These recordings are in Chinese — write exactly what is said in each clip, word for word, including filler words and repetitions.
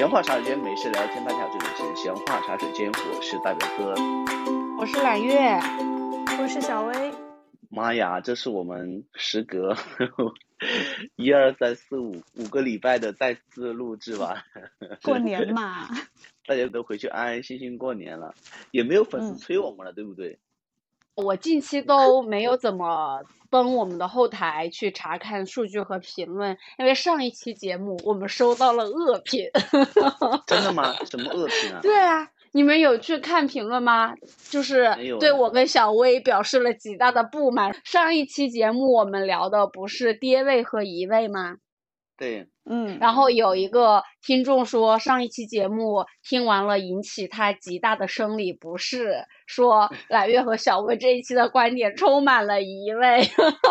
闲话茶水间，没事聊天，大家好，这里是闲话茶水间，我是大表哥， 我是揽月， 我是小薇。 妈呀，这是我们时隔一二三四五五个礼拜的再次录制吧？ 过年嘛， 大家都回去安安心心过年了，也没有粉丝催我们了，嗯、对不对？ 我近期都没有怎么登我们的后台去查看数据和评论，因为上一期节目我们收到了恶评。 真的吗？什么恶评啊？ 对啊，你们有去看评论吗？就是对我跟小薇表示了极大的不满。上一期节目我们聊的不是爹位和姨位吗？ 对， 嗯，然后有一个听众说上一期节目听完了引起他极大的生理不适，说揽月和小薇这一期的观点充满了疑味。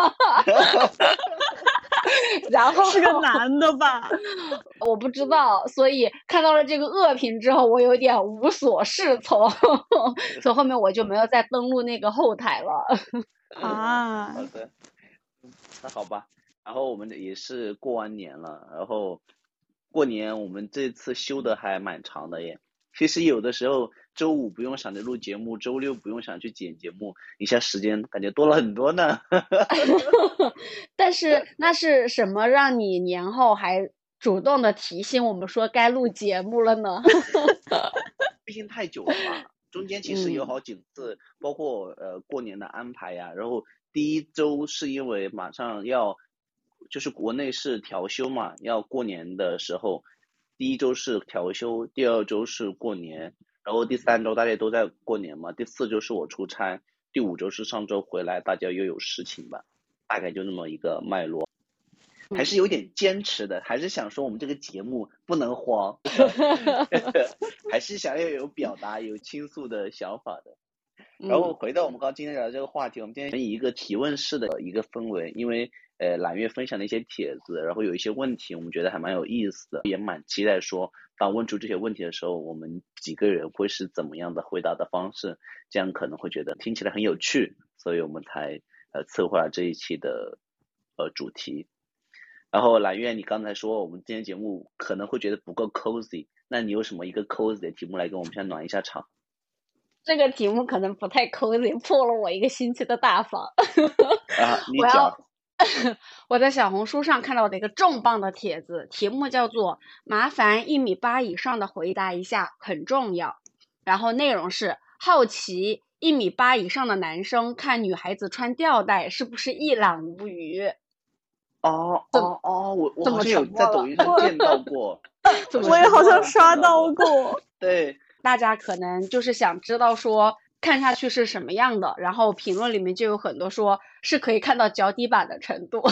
然后是个男的吧？ 我不知道，所以看到了这个恶评之后，我有点无所适从，所以后面我就没有再登录那个后台了。 啊， 好的，那好吧。然后我们也是过完年了，然后过年我们这次休的还蛮长的耶。其实有的时候周五不用想着录节目，周六不用想去剪节目，一下时间感觉多了很多呢。 但是那是什么让你年后还主动的提醒我们说该录节目了呢？ 毕竟太久了嘛，中间其实有好几次，嗯、包括呃过年的安排呀、啊。然后第一周是因为马上要。就是国内是调休嘛，要过年的时候，第一周是调休，第二周是过年，然后第三周大家都在过年嘛，第四周是我出差，第五周是上周回来，大家又有事情吧，大概就那么一个脉络，还是有点坚持的，还是想说我们这个节目不能慌，还是想要有表达、有倾诉的想法的。然后回到我们刚刚今天聊的这个话题，我们今天以一个提问式的一个氛围，因为呃揽月分享的一些帖子，然后有一些问题我们觉得还蛮有意思的，也蛮期待说当问出这些问题的时候，我们几个人会是怎么样的回答的方式，这样可能会觉得听起来很有趣，所以我们才呃策划了这一期的呃主题。然后揽月，你刚才说我们今天节目可能会觉得不够 cozy， 那你有什么一个 cozy 的题目来跟我们先暖一下场？ 这个题目可能不太 cozy， 破了我一个星期的大防。 啊，你讲。 我在小红书上看到的一个重磅的帖子，题目叫做麻烦一米八以上的回答一下，很重要。然后内容是好奇一米八以上的男生看女孩子穿吊带是不是一览无余。 哦哦哦，我我好像有在抖音上见到过。 我也好像刷到过。 对， 大家可能就是想知道说看下去是什么样的，然后评论里面就有很多说是可以看到脚底板的程度。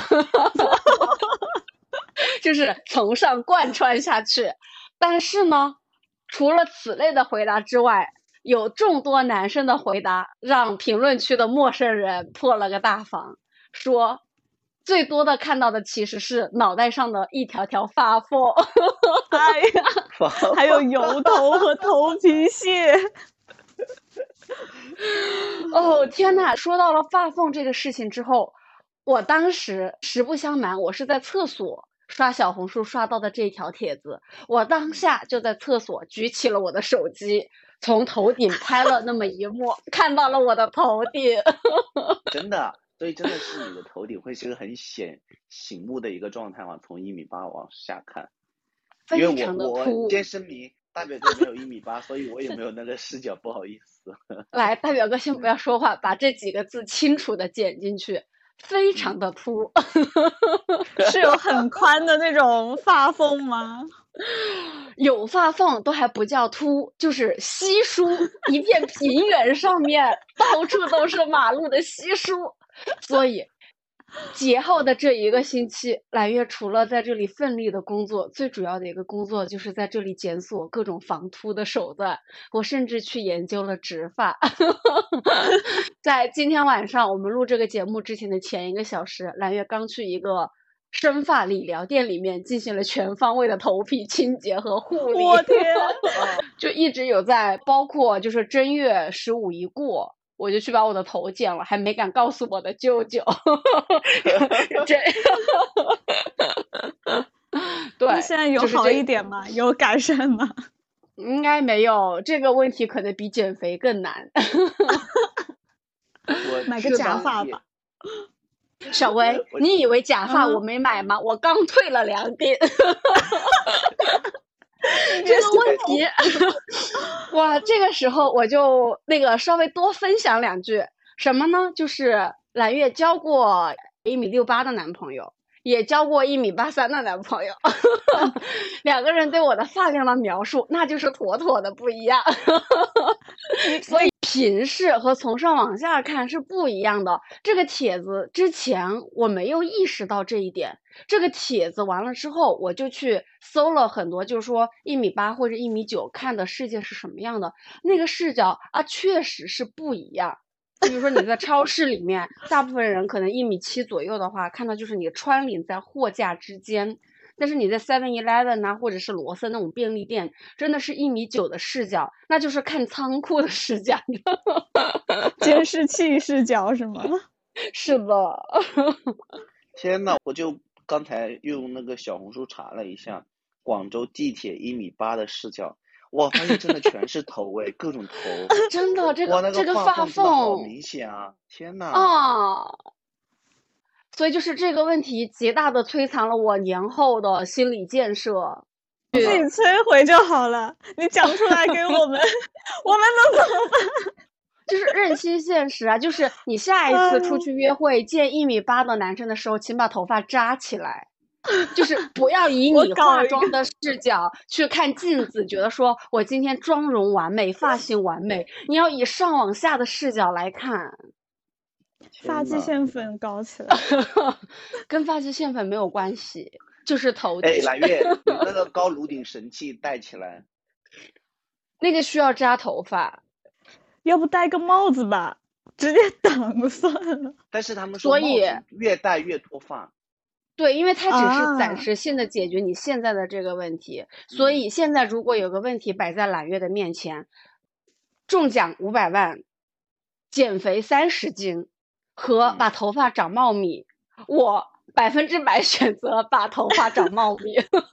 就是从上贯穿下去。但是呢，除了此类的回答之外，有众多男生的回答让评论区的陌生人破了个大防，说最多的看到的其实是脑袋上的一条条发缝。 哎呀，还有油头和头皮屑。 哦天哪，说到了发缝这个事情之后，我当时实不相瞒，我是在厕所刷小红书刷到的这条帖子，我当下就在厕所举起了我的手机，从头顶拍了那么一幕，看到了我的头顶。 真的，所以真的是你的头顶会是个很显醒目的一个状态嘛，从一米八往下看。因为我我健身迷大表哥没有一米八，所以我也没有那个视角，不好意思。 来，大表哥先不要说话，把这几个字清楚的剪进去。非常的凸。 是有很宽的那种发缝吗？ 有发缝都还不叫凸，就是稀疏，一片平原上面到处都是马路的稀疏。所以节后的这一个星期，揽月除了在这里奋力的工作，最主要的一个工作就是在这里检索各种防秃的手段。我甚至去研究了植发。在今天晚上我们录这个节目之前的前一个小时，揽月刚去一个生发理疗店里面进行了全方位的头皮清洁和护理。 我天就一直有在，包括就是正月十五一过，我就去把我的头剪了，还没敢告诉我的舅舅。这对， 那现在有好就是这一点吗？有改善吗？ 应该没有，这个问题可能比减肥更难。 我买个是的假发吧。 小薇， 我你以为假发嗯我没买吗？我刚退了两点。 你这个问题，哇，这个时候我就那个稍微多分享两句，什么呢？就是揽月交过一米六八的男朋友，也交过一米八三的男朋友，两个人对我的发量的描述，那就是妥妥的不一样。所以平视和从上往下看是不一样的。这个帖子之前我没有意识到这一点，这个帖子完了之后，我就去搜了很多，就是说一米八或者一米九看的世界是什么样的，那个视角啊，确实是不一样。比如说你在超市里面，大部分人可能一米七左右的话，看到就是你穿领在货架之间。但是你在 seven eleven 啊，或者是罗森那种便利店，真的是一米九的视角，那就是看仓库的视角。 监视器视角是吗？ 是的。 天呐，我就刚才用那个小红书查了一下，广州地铁一米八的视角，哇，发现真的全是头哎，各种头。 真的，这哇， 个这个那发发缝真的好缝明显啊！天呐。 啊。所以就是这个问题极大的摧残了我年后的心理建设。 自己摧毁就好了，你讲出来给我们，我们能怎么办？ 就是认清现实啊！就是你下一次出去约会见一米八的男生的时候，请把头发扎起来，就是不要以你化妆的视角去看镜子，觉得说我今天妆容完美，发型完美，你要以上往下的视角来看。 发际线粉搞起来。 跟发际线粉没有关系，就是头顶。 哎，揽月，你那个高颅顶神器戴起来。 那个需要扎头发。 要不戴个帽子吧，直接挡算了。 但是他们说帽子越戴越脱发。 对，因为它只是暂时性的解决你现在的这个问题，啊、所以现在如果有个问题摆在揽月的面前，中奖五百万，减肥三十斤，和把头发长茂密，嗯、我百分之百选择把头发长茂密。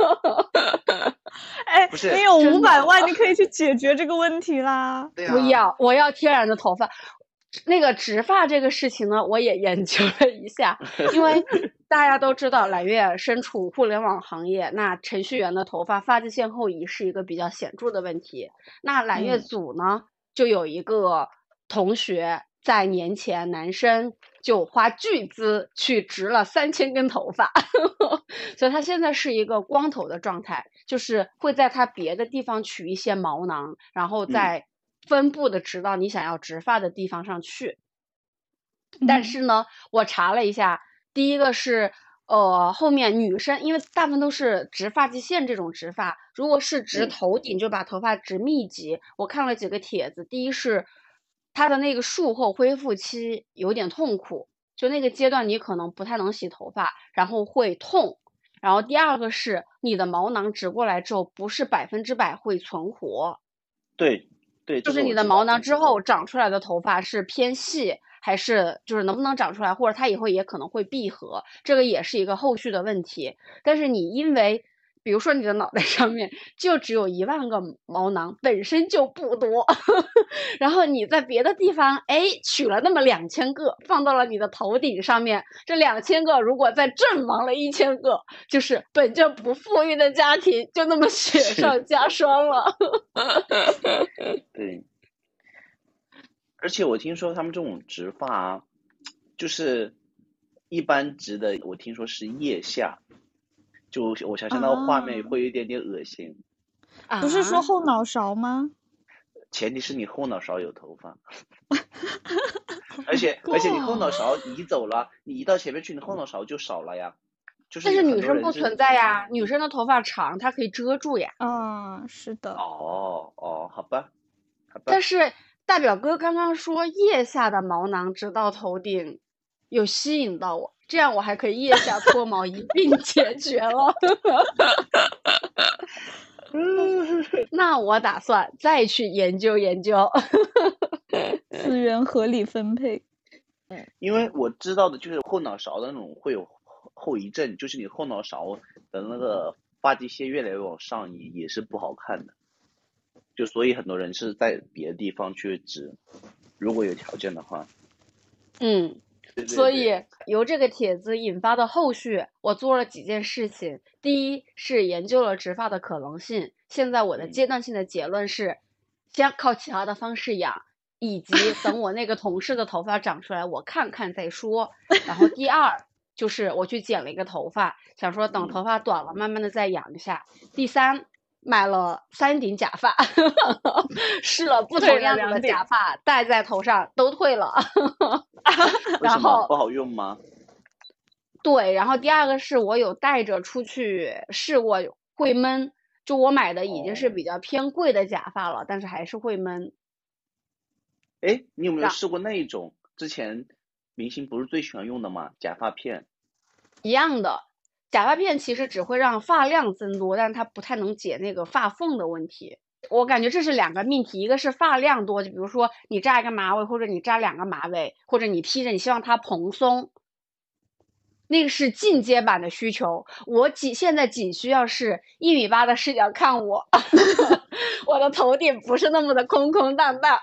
哎，你有五百万，你可以去解决这个问题啦。 对啊、 不要，我要天然的头发。那个植发这个事情呢，我也研究了一下，因为大家都知道揽月身处互联网行业，那程序员的头发发际线后移是一个比较显著的问题。那揽月组呢，嗯、就有一个同学在年前，男生就花巨资去植了三千根头发，所以他现在是一个光头的状态，就是会在他别的地方取一些毛囊，然后再、嗯。分布的植到你想要植发的地方上去，但是呢，嗯、我查了一下，第一个是呃后面女生，因为大部分都是植发际线这种植发，如果是植头顶就把头发植密集。嗯、我看了几个帖子，第一是它的那个术后恢复期有点痛苦，就那个阶段你可能不太能洗头发，然后会痛。然后第二个是你的毛囊植过来之后，不是百分之百会存活。 对。对， 就是你的毛囊之后长出来的头发是偏细，还是就是能不能长出来，或者它以后也可能会闭合，这个也是一个后续的问题。但是你因为比如说你的脑袋上面就只有一万个毛囊，本身就不多，然后你在别的地方哎取了那么两千个放到了你的头顶上面，这两千个如果再阵亡了一千个，就是本就不富裕的家庭就那么雪上加霜了。 对，而且我听说他们这种植发啊，就是一般植的，我听说是腋下。就我想象到画面会有一点点恶心。 啊、不是说后脑勺吗？ 前提是你后脑勺有头发。而且而且你后脑勺移走了，你移到前面去，你后脑勺就少了呀。就是但是女生不存在呀，女生的头发长，它可以遮住呀。 啊、嗯，是的。 哦哦，好吧，好吧。 但是大表哥刚刚说腋下的毛囊直到头顶，有吸引到我。这样我还可以腋下脱毛一并解决了。那我打算再去研究研究。 资源合理分配。 因为我知道的就是后脑勺的那种会有后遗症，就是你后脑勺的那个发际线越来越往上移，也是不好看的。就所以很多人是在别的地方去植，如果有条件的话。 嗯。 对对对， 所以由这个帖子引发的后续，我做了几件事情。第一是研究了植发的可能性，现在我的阶段性的结论是，先靠其他的方式养，以及等我那个同事的头发长出来，我看看再说。然后第二就是我去剪了一个头发，想说等头发短了，慢慢的再养一下。第三，买了三顶假发，试了不同样子的假发，戴在头上都退了。然后不好用吗？ 对，然后第二个是我有带着出去试过，会闷。就我买的已经是比较偏贵的假发了，哦、但是还是会闷。 哎，你有没有试过那一种？之前明星不是最喜欢用的吗？假发片。 一样的，假发片其实只会让发量增多，但是它不太能解那个发缝的问题。我感觉这是两个命题，一个是发量多，就比如说你扎一个马尾，或者你扎两个马尾，或者你披着，你希望它蓬松，那个是进阶版的需求。我仅现在仅需要是一米八的视角看我，我的头顶不是那么的空空荡荡。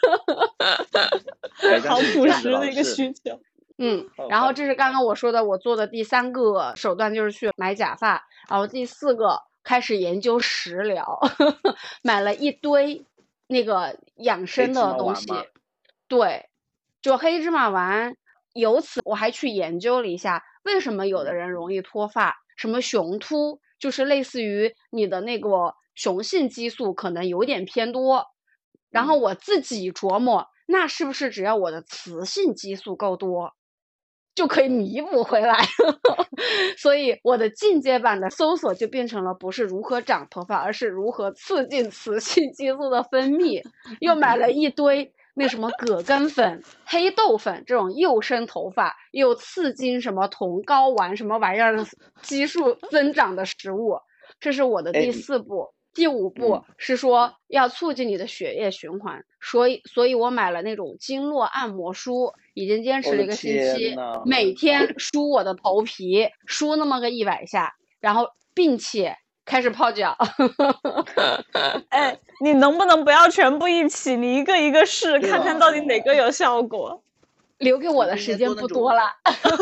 好朴实的一个需求。 嗯，然后这是刚刚我说的，我做的第三个手段就是去买假发，然后第四个开始研究食疗，买了一堆那个养生的东西。对，就黑芝麻丸。由此我还去研究了一下，为什么有的人容易脱发，什么雄秃，就是类似于你的那个雄性激素可能有点偏多。然后我自己琢磨，那是不是只要我的雌性激素够多，就可以弥补回来？所以我的进阶版的搜索就变成了不是如何长头发，而是如何刺激雌性激素的分泌。又买了一堆那什么葛根粉、黑豆粉这种又生头发又刺激什么酮睾丸什么玩意儿的激素增长的食物。这是我的第四步。第五步是说要促进你的血液循环，所以所以我买了那种经络按摩梳，已经坚持了一个星期，每天梳我的头皮，梳那么个一百下，然后并且开始泡脚。 哎，你能不能不要全部一起，你一个一个试，看看到底哪个有效果？ 留给我的时间不多了。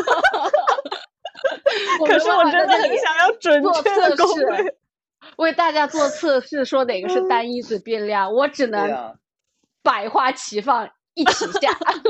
可是我真的很想要准确的攻略。 为大家做测试，说哪个是单一子变量，我只能百花齐放，一起下。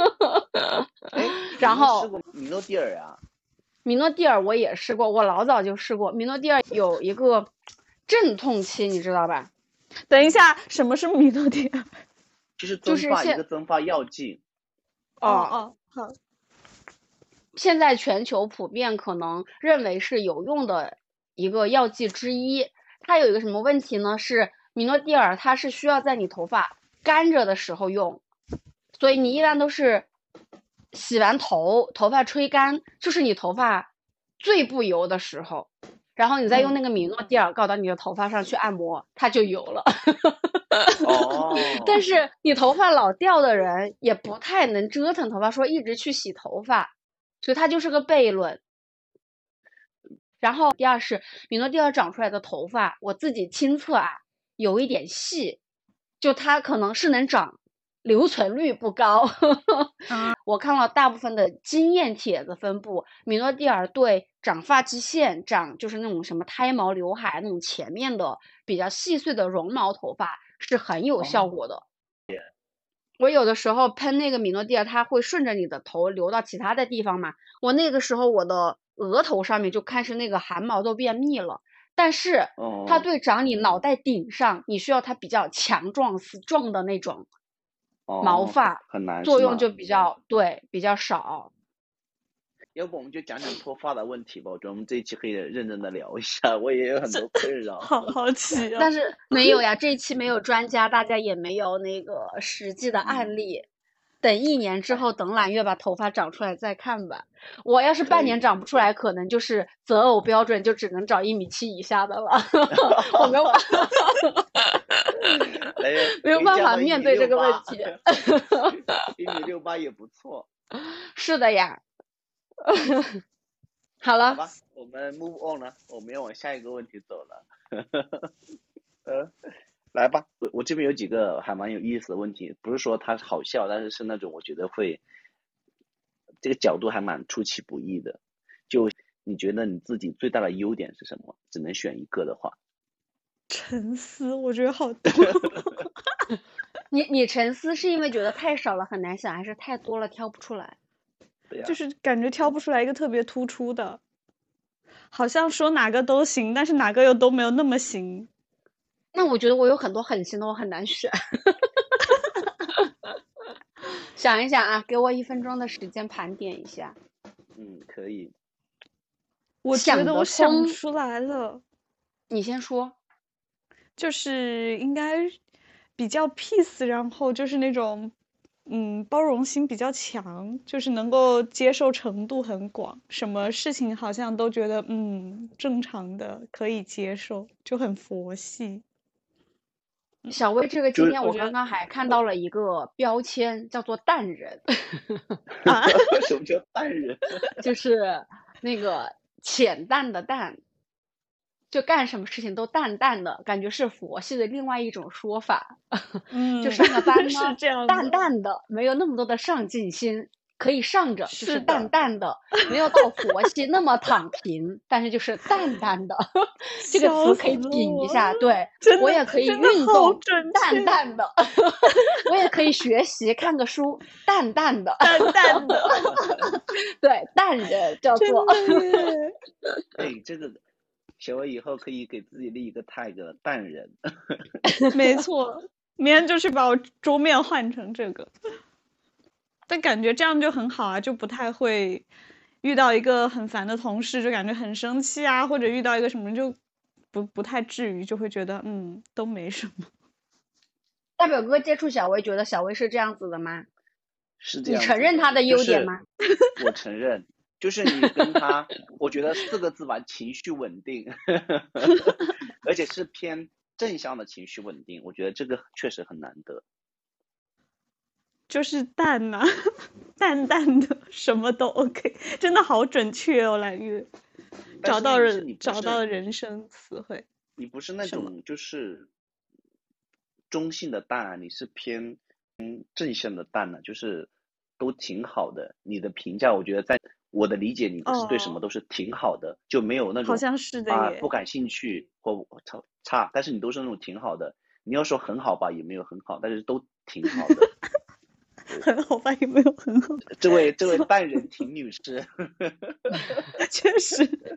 然后米诺地尔啊， 米诺地尔我也试过，我老早就试过。米诺地尔有一个镇痛期，你知道吧？ 等一下，什么是米诺地尔？ 就是增发一个增发药剂。 哦哦，好。 现在全球普遍可能认为是有用的一个药剂之一。它有一个什么问题呢？是米诺地尔它是需要在你头发干着的时候用，所以你一般都是洗完头，头发吹干，就是你头发最不油的时候，然后你再用那个米诺地尔搞到你的头发上去按摩，它就油了。 哦。 但是你头发老掉的人也不太能折腾头发，说一直去洗头发，所以它就是个悖论。然后第二是米诺地尔长出来的头发，我自己亲测啊，有一点细，就它可能是能长，留存率不高。我看了大部分的经验帖子分布，米诺地尔对长发际线、长就是那种什么胎毛、刘海那种前面的比较细碎的绒毛头发是很有效果的。我有的时候喷那个米诺地尔，它会顺着你的头流到其他的地方嘛。我那个时候我的额头上面就开始那个汗毛都变密了，但是它对长你脑袋顶上，你需要它比较强壮、壮的那种毛发， 很难， 作用就比较对比较少。 要不我们就讲讲脱发的问题吧，我觉得我们这一期可以认真的聊一下，我也有很多困扰。 好好奇哦。 但是没有呀，这一期没有专家，大家也没有那个实际的案例。嗯，等一年之后，等揽月把头发长出来再看吧。我要是半年长不出来，可能就是择偶标准就只能找一米七以下的了。我没有办法，没有办法面对这个问题。 一米六八也不错。 是的呀。 好了， 好吧，我们 move on 了，我们要往下一个问题走了。呃，来吧，我我这边有几个还蛮有意思的问题，不是说它好笑，但是是那种我觉得会这个角度还蛮出其不意的。就你觉得你自己最大的优点是什么？只能选一个的话， 沉思，我觉得好多。 你你沉思是因为觉得太少了很难想，还是太多了挑不出来？ 对呀、 就是感觉挑不出来一个特别突出的，好像说哪个都行，但是哪个又都没有那么行。 那我觉得我有很多很行的，我很难选。想一想啊，给我一分钟的时间盘点一下。 嗯，可以。 我觉想得得我想通出来了， 你先说。 就是应该比较 peace，然后就是那种嗯包容心比较强，就是能够接受程度很广，什么事情好像都觉得嗯正常的可以接受，就很佛系。 小薇，这个今就是天我刚刚还看到了一个标签，叫做淡人， 啊， 什么叫淡人？ 就是那个浅淡的淡，就干什么事情都淡淡的，感觉是佛系的另外一种说法。 嗯， 就上个班是呢， 这样的， 淡淡的，没有那么多的上进心，可以上着，就是是的淡淡的，没有到佛系那么躺平，但是就是淡淡的。这个笑词可以死我顶一下，对真的我也可以真的运好动， 准淡确淡的，我也可以学习，看个书，淡淡的， 淡淡的， 对，淡人叫真做。 的耶。 哎，这个小薇以后可以给自己立一个 tag 了，淡人。 没错，明天就去把我桌面换成这个。但感觉这样就很好啊，就不太会遇到一个很烦的同事，就感觉很生气啊，或者遇到一个什么就不不太至于，就会觉得嗯都没什么。 大表哥接触小薇，觉得小薇是这样子的吗？你是这样子承认她的优点就是吗？ 我承认，就是你跟他，我觉得四个字吧，情绪稳定，而且是偏正向的情绪稳定，我觉得这个确实很难得。 就是淡呐、淡淡的，什么都 OK，真的好准确哦，蓝月，找到但是问题是人你不找到是人生词汇。 你不是那什么种就是中性的淡啊，你是偏嗯正向的淡呢、就是都挺好的。你的评价，我觉得在我的理解，你是对什么哦， 都是挺好的，就没有那种好像是的啊耶不感兴趣或差差，但是你都是那种挺好的。你要说很好吧，也没有很好，但是都挺好的。 很好吧，也没有很好， 这位这位淡人婷女士， 确实。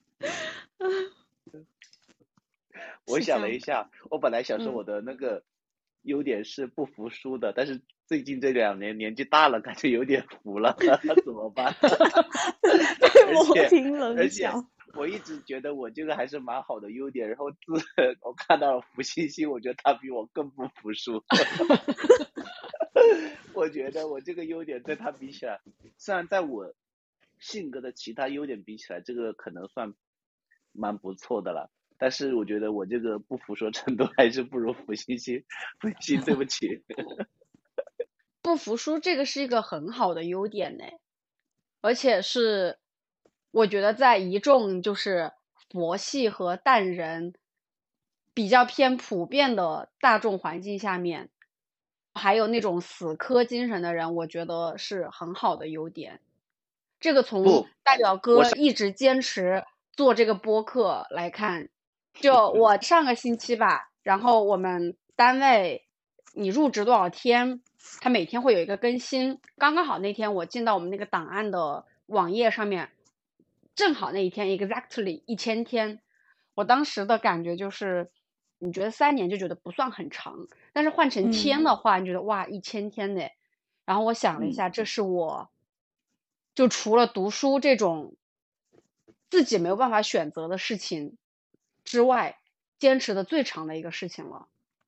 我是这样的想了一下，我本来想说嗯我的那个优点是不服输的，但是最近这两年年纪大了，感觉有点服了，怎么办？ 被磨且平棱而且角。 我一直觉得我这个还是蛮好的优点，然后自我看到了福星星，我觉得他比我更不服输。我觉得我这个优点对他比起来，虽然在我性格的其他优点比起来，这个可能算蛮不错的了，但是我觉得我这个不服输程度还是不如福星星。福星星，对不起。 不服输这个是一个很好的优点呢，而且是我觉得在一众就是佛系和淡人比较偏普遍的大众环境下面，还有那种死磕精神的人，我觉得是很好的优点。这个从不大表哥一直坚持做这个播客来看，就我上个星期吧，然后我们单位你入职多少天，它每天会有一个更新，刚刚好那天我进到我们那个档案的网页上面，正好那一天 exactly 一千天，我当时的感觉就是，你觉得三年就觉得不算很长，但是换成天的话，你觉得哇一千天呢？然后我想了一下，这是我就除了读书这种自己没有办法选择的事情之外，坚持的最长的一个事情了。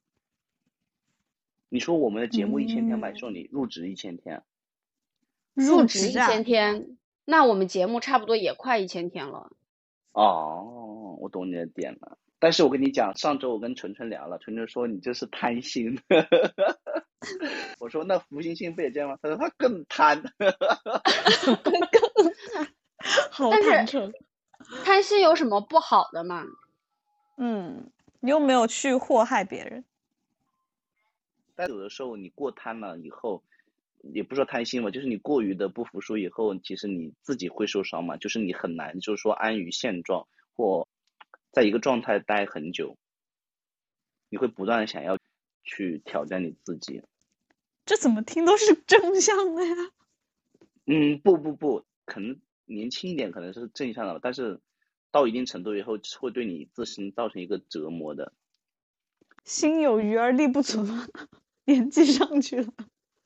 你说我们的节目一千天吧， 嗯说你入职一千天， 入职一啊千天，那我们节目差不多也快一千天了。 哦，我懂你的点了。但是我跟你讲，上周我跟纯纯聊了，纯纯说你这是贪心。我说那福星星不也这样吗？他说他更贪。 好但是坦诚。 贪心有什么不好的嘛？ 嗯，你又没有去祸害别人。 但有的时候你过贪了以后，也不说贪心嘛，就是你过于的不服输以后，其实你自己会受伤嘛，就是你很难就是说安于现状或在一个状态待很久，你会不断想要去挑战你自己。 这怎么听都是正向的呀？ 嗯，不不不，可能年轻一点可能是正向的，但是到一定程度以后会对你自身造成一个折磨的。 心有余而力不足嘛，年纪上去了。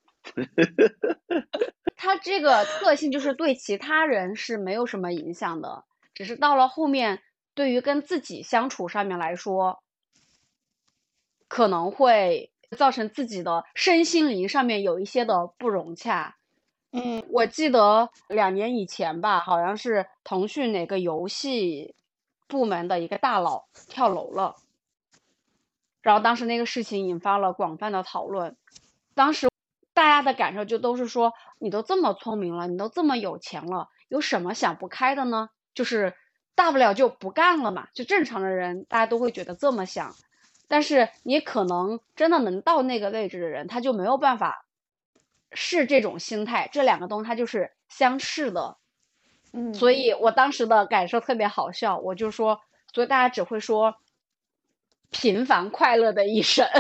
他这个特性就是对其他人是没有什么影响的，只是到了后面对于跟自己相处上面来说，可能会造成自己的身心灵上面有一些的不融洽。 嗯， 我记得两年以前吧，好像是腾讯哪个游戏部门的一个大佬跳楼了，然后当时那个事情引发了广泛的讨论。当时大家的感受就都是说，你都这么聪明了，你都这么有钱了，有什么想不开的呢？就是大不了就不干了嘛，就正常的人大家都会觉得这么想。但是你可能真的能到那个位置的人，他就没有办法是这种心态，这两个东西它就是相斥的。 嗯， 所以我当时的感受特别好笑，我就说，所以大家只会说平凡快乐的一生。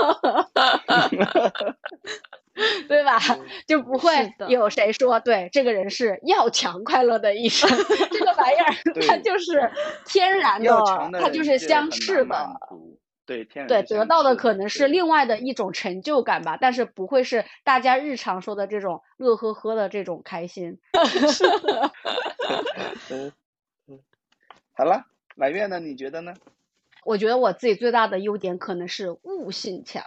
对吧？就不会有谁说对这个人是要强快乐的一生。这个玩意儿它就是天然的，它就是相斥的。 对，天然对，得到的可能是另外的一种成就感吧，但是不会是大家日常说的这种乐呵呵的这种开心。 是的。 嗯嗯，好了，满月呢？你觉得呢？ 我觉得我自己最大的优点可能是悟性强。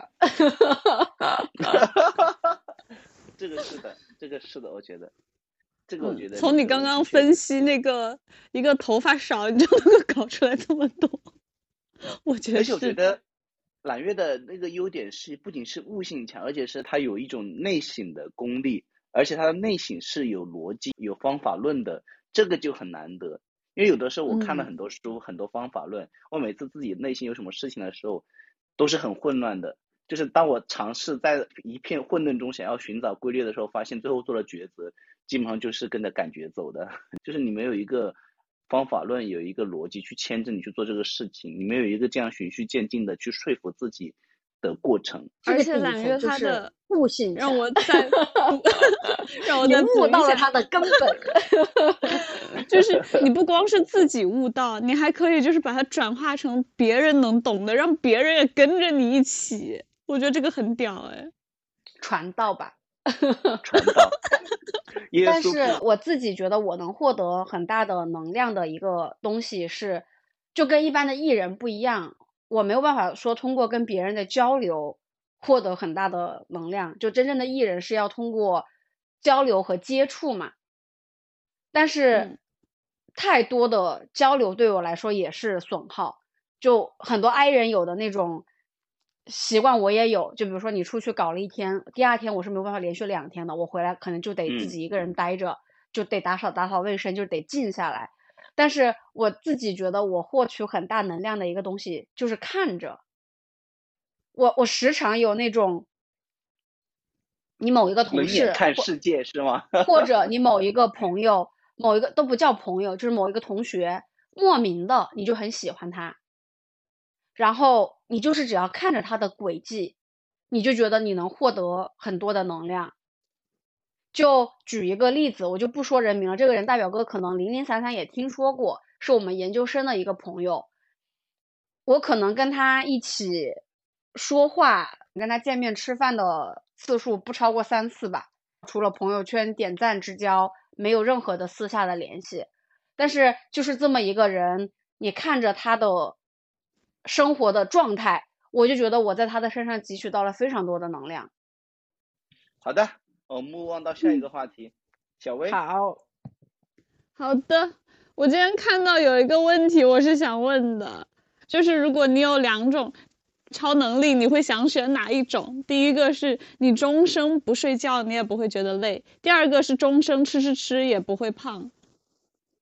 这个是的，这个是的，我觉得，这个我觉得。 从你刚刚分析那个一个头发少，你就能够搞出来这么多，我觉得。 而且我觉得揽月的那个优点是，不仅是悟性强，而且是他有一种内省的功力，而且他的内省是有逻辑、有方法论的，这个就很难得。因为有的时候我看了很多书、嗯、很多方法论，我每次自己内心有什么事情的时候，都是很混乱的。就是当我尝试在一片混沌中想要寻找规律的时候，发现最后做了抉择，基本上就是跟着感觉走的。就是你没有一个方法论，有一个逻辑去牵着你去做这个事情，你没有一个这样循序渐进的去说服自己的过程。 而且揽月他的悟性让我在让我在悟到了他的根本。 就是你不光是自己悟到，你还可以就是把它转化成别人能懂的，让别人也跟着你一起。我觉得这个很屌哎， 传道吧。 传道。 但是我自己觉得我能获得很大的能量的一个东西是，就跟一般的艺人不一样，我没有办法说通过跟别人的交流获得很大的能量，就真正的艺人是要通过交流和接触嘛。但是太多的交流对我来说也是损耗，就很多 I 人有的那种习惯我也有，就比如说你出去搞了一天，第二天我是没有办法连续两天的，我回来可能就得自己一个人待着，嗯、就得打扫打扫卫生，就得静下来。但是我自己觉得我获取很大能量的一个东西就是看着，我我时常有那种你某一个同事看世界是吗？ 或者你某一个朋友，某一个都不叫朋友，就是某一个同学，莫名的你就很喜欢他。然后你就是只要看着他的轨迹，你就觉得你能获得很多的能量。就举一个例子，我就不说人名了，这个人大表哥可能零零散散也听说过，是我们研究生的一个朋友。我可能跟他一起说话，跟他见面吃饭的次数不超过三次吧，除了朋友圈点赞之交，没有任何的私下的联系。但是就是这么一个人，你看着他的生活的状态，我就觉得我在他的身上汲取到了非常多的能量。 好的，我们move on到下一个话题。嗯、小薇。 好好的，我今天看到有一个问题我是想问的，就是如果你有两种超能力，你会想选哪一种？第一个是你终生不睡觉你也不会觉得累，第二个是终生吃吃吃也不会胖。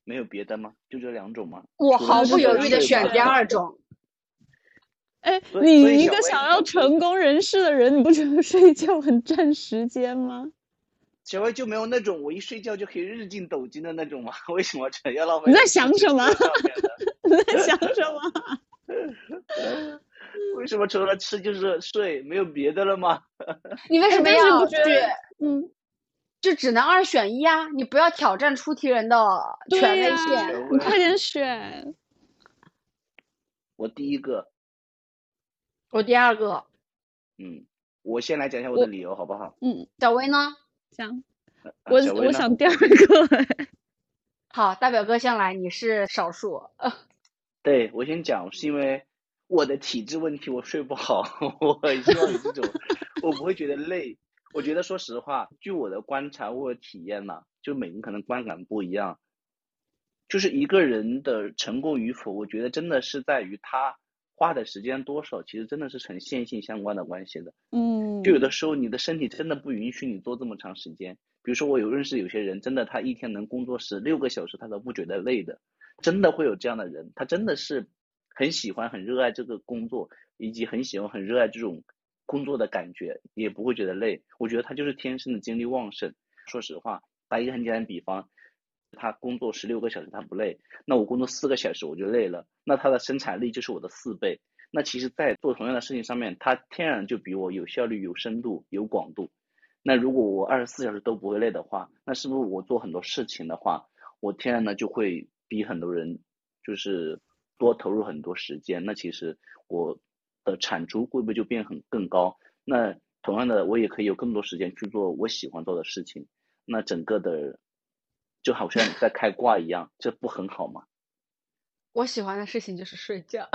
没有别的吗？就这两种吗？ 我除了吃毫不犹豫的和睡吗选第二种。 哎， 所以所以你一小薇个想要小薇成功人士的人，你不觉得睡觉很占时间吗？ 小薇就没有那种我一睡觉就可以日进斗金的那种吗？为什么这要浪费你在在吃吃想什么喝上面呢？ 你在想什么？ 为什么除了吃就是睡，没有别的了吗？ 你为什么但是要不觉得去？ 嗯， 就只能二选一啊！你不要挑战出题人的权对呀、 威性。 小薇你快点选。 我第一个， 我第二个， 嗯，我先来讲一下我的我理由好不好？ 嗯， 小薇呢？ 想啊我小薇呢？ 我想第二个。 好，大表哥先来，你是少数。呃对，我先讲，是因为我的体质问题，我睡不好，我很希望有这种，我不会觉得累。我觉得说实话，据我的观察或者体验呢，就每个人可能观感不一样，就是一个人的成功与否，我觉得真的是在于他花的时间多少，其实真的是成线性相关的关系的。 嗯， 就有的时候你的身体真的不允许你做这么长时间。比如说我有认识有些人，真的他一天能工作十六个小时，他都不觉得累的，真的会有这样的人，他真的是很喜欢、很热爱这个工作，以及很喜欢、很热爱这种工作的感觉，也不会觉得累。我觉得他就是天生的精力旺盛。说实话，打一个很简单的比方，他工作十六个小时他不累，那我工作四个小时我就累了，那他的生产力就是我的四倍。那其实在做同样的事情上面，他天然就比我有效率、有深度、有广度。那如果我二十四小时都不会累的话，那是不是我做很多事情的话，我天然的就会比很多人就是多投入很多时间？那其实我的产出会不会就变很更高？那同样的，我也可以有更多时间去做我喜欢做的事情。那整个的就好像在开挂一样，这不很好吗？ 我喜欢的事情就是睡觉。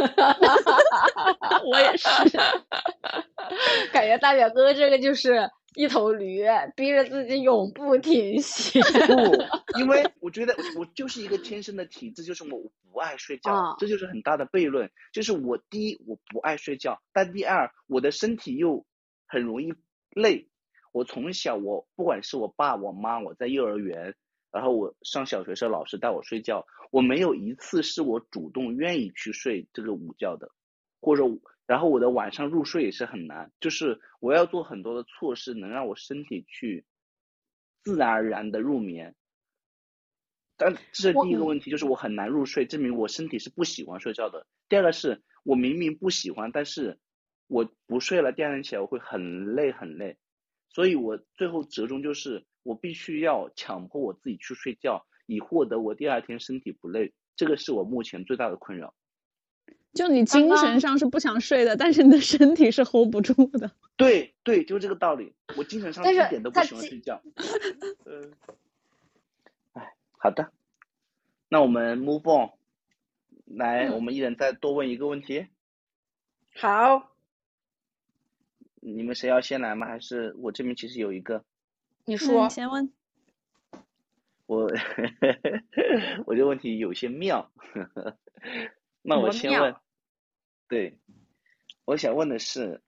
我也是。 感觉大表哥这个就是一头驴，逼着自己永不停息。 不，因为我觉得我就是一个天生的体质，就是我不爱睡觉， 啊这就是很大的悖论。就是我第一我不爱睡觉，但第二我的身体又很容易累。我从小我不管是我爸我妈，我在幼儿园，然后我上小学时候老师带我睡觉，我没有一次是我主动愿意去睡这个午觉的，或者然后我的晚上入睡也是很难，就是我要做很多的措施，能让我身体去自然而然的入眠。但这是第一个问题，就是我很难入睡，证明我身体是不喜欢睡觉的。第二个是我明明不喜欢，但是我不睡了，第二天起来我会很累很累，所以我最后折中就是我必须要强迫我自己去睡觉，以获得我第二天身体不累。这个是我目前最大的困扰。 就你精神上是不想睡的，但是你的身体是 hold 不住的。 对对，就是这个道理。我精神上一点都不喜欢睡觉。嗯，哎，好的，那我们 move on， 来， 嗯、 我们一人再多问一个问题。 好， 你们谁要先来吗？还是我这边其实有一个？ 你说。 嗯、你先问。 我我这个问题有些妙，那我先问。对，我想问的是，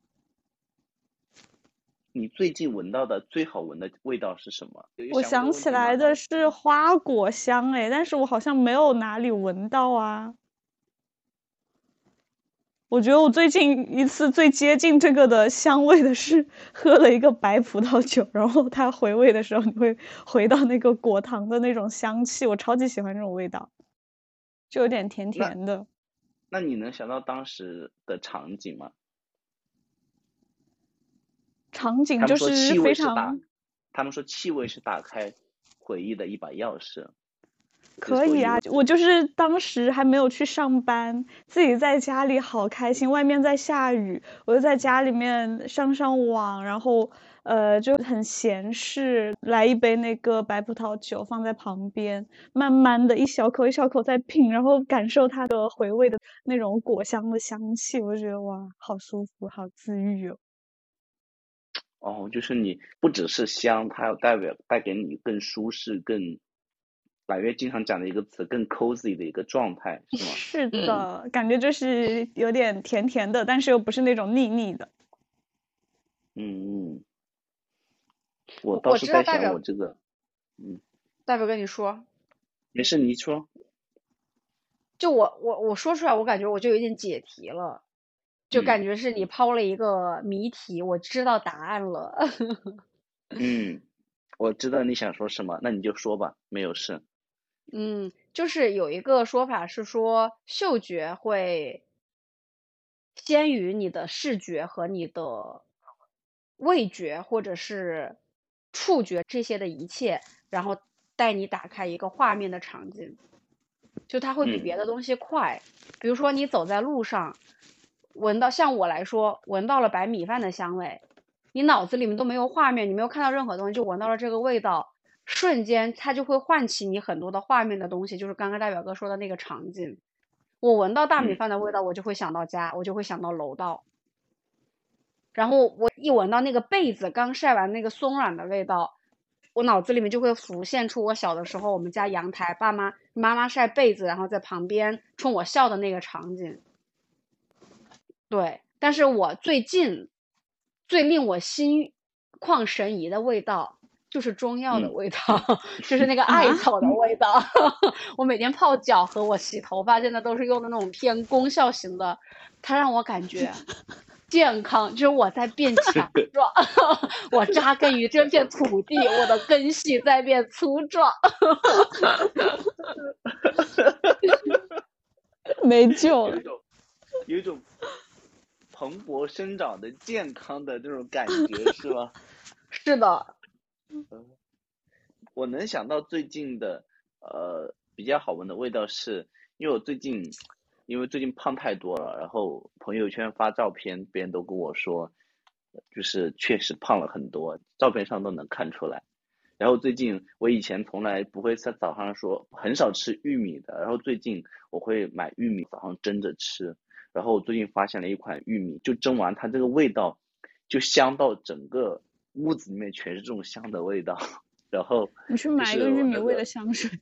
你最近闻到的最好闻的味道是什么？ 我想起来的是花果香，哎，但是我好像没有哪里闻到啊。我觉得我最近一次最接近这个的香味的是喝了一个白葡萄酒，然后它回味的时候，你会回到那个果糖的那种香气，我超级喜欢这种味道，就有点甜甜的。 那, 那你能想到当时的场景吗？ 场景就是非常， 他们说气味是打开回忆的一把钥匙。 可以啊，我就是当时还没有去上班，自己在家里好开心，外面在下雨，我就在家里面上上网，然后呃就很闲适，来一杯那个白葡萄酒放在旁边，慢慢的一小口一小口在品，然后感受它的回味的那种果香的香气，我就觉得哇，好舒服，好治愈哦。 哦，就是你不只是香，它要代表带给你更舒适、更百越经常讲的一个词，更 cozy 的一个状态，是吗？ 是的，嗯、感觉就是有点甜甜的，但是又不是那种腻腻的。 嗯嗯，我倒是在想我这个，嗯， 大表跟你说， 没事，你说。 就我我我说出来，我感觉我就有点解题了，就感觉是你抛了一个谜题，我知道答案了。 嗯，我知道你想说什么，那你就说吧，没有事。 嗯，就是有一个说法是说，嗅觉会先于你的视觉和你的味觉或者是触觉这些的一切，然后带你打开一个画面的场景，就它会比嗯别的东西快。比如说你走在路上，闻到，像我来说，闻到了白米饭的香味，你脑子里面都没有画面，你没有看到任何东西，就闻到了这个味道，瞬间它就会唤起你很多的画面的东西，就是刚刚大表哥说的那个场景。我闻到大米嗯饭的味道，我就会想到家，我就会想到楼道。然后我一闻到那个被子刚晒完那个松软的味道，我脑子里面就会浮现出我小的时候我们家阳台爸妈妈妈晒被子，然后在旁边冲我笑的那个场景。对，但是我最近最令我心旷神怡的味道就是中药的嗯味道，就是那个艾草的味道。我每天泡脚和我洗头发现在都是用的那种偏功效型的，它让我感觉健康，就是我在变强壮，我扎根于这片土地，我的根系在变粗壮。 没救了有一。种有一种蓬勃生长的健康的这种感觉，是吗？ 是的。 我能想到最近的呃比较好闻的味道是，因为我最近因为最近胖太多了，然后朋友圈发照片，别人都跟我说，就是确实胖了很多，照片上都能看出来。然后最近我以前从来不会在早上说很少吃玉米的，然后最近我会买玉米早上蒸着吃，然后我最近发现了一款玉米，就蒸完它这个味道就香到整个屋子里面全是这种香的味道。然后你去就是买一个玉米那个味的香水。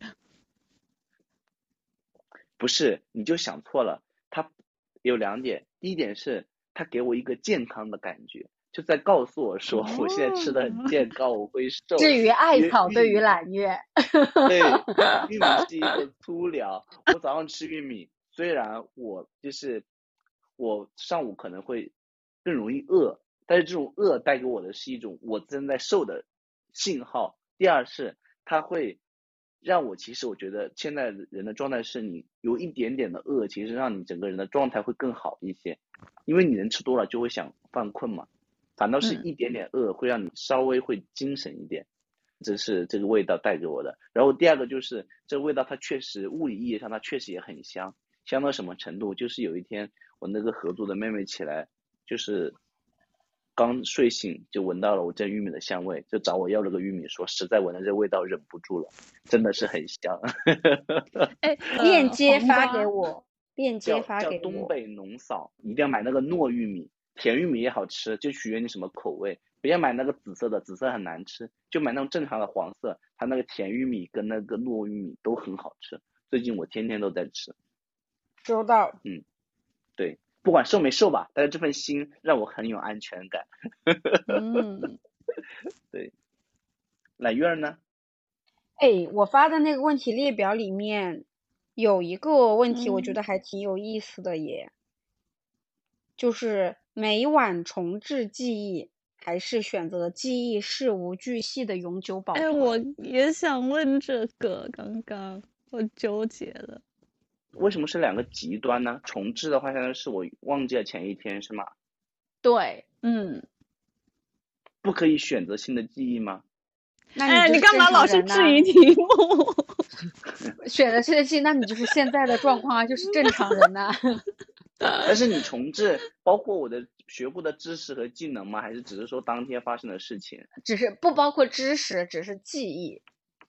不是，你就想错了。它有两点，第一点是它给我一个健康的感觉，就在告诉我说我现在吃的很健康，我会瘦。 至于艾因为草，对于玉米， 揽月。 对，玉米是一个粗粮。我早上吃玉米，虽然我就是我上午可能会更容易饿，但是这种饿带给我的是一种我正在瘦的信号。第二是它会让我，其实我觉得现在人的状态是你有一点点的饿，其实让你整个人的状态会更好一些，因为你人吃多了就会想犯困嘛，反倒是一点点饿会让你稍微会精神一点。这是这个味道带给我的。然后第二个就是这个味道它确实物理意义上它确实也很香，香到什么程度，就是有一天我那个合租的妹妹起来，就是刚睡醒就闻到了我蒸玉米的香味，就找我要了个玉米，说实在闻了这味道忍不住了，真的是很香。 哎， 链呃接发黄瓜给我，链接叫发给我。 叫东北农嫂，一定要买那个糯玉米，甜玉米也好吃，就取决于你什么口味。不要买那个紫色的，紫色很难吃，就买那种正常的黄色，它那个甜玉米跟那个糯玉米都很好吃。最近我天天都在吃。 收到。 嗯，对，不管瘦没瘦吧，但是这份心让我很有安全感。 嗯， 对，揽月儿呢？ 哎，我发的那个问题列表里面有一个问题，我觉嗯得还挺有意思的耶，就是每晚重置记忆，还是选择记忆事无巨细的永久保哎， 存？ 我也想问这个，刚刚我纠结了。 为什么是两个极端呢？重置的话，相当于是我忘记了前一天是吗？ 对， 嗯， 不可以选择性的记忆吗？ 那哎， 你你干嘛老是质疑题目？ 选择性的记忆，那你就是现在的状况啊，就是正常人呐、 但是你重置包括我的学过的知识和技能吗？还是只是说当天发生的事情？ 只是不包括知识，只是记忆。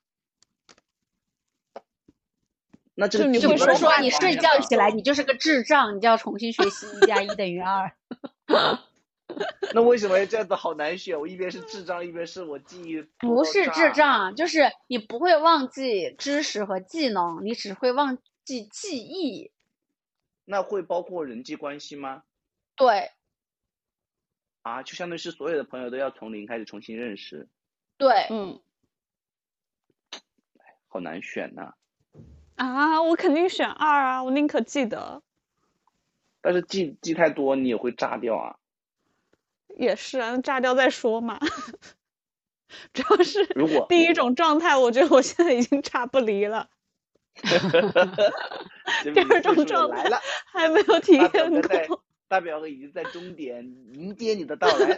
那这个就你就比如会说话说你睡觉起来，你就是个智障，你就要重新学习一加一等于二。 那为什么要这样子？好难选。我一边是智障，一边是我记忆不是智障，就是你不会忘记知识和技能，你只会忘记记忆。 那会包括人际关系吗？ 对。 啊，就相当于是所有的朋友都要从零开始重新认识。 对。 嗯， 好难选呐、啊。 啊，我肯定选二啊，我宁可记得。 但是记记太多你也会炸掉啊。 也是啊，炸掉再说嘛。主要是如果第一种状态，我觉得我现在已经炸不离了。第二种状态还没有体验过。 大表哥已经在终点迎接你的到来。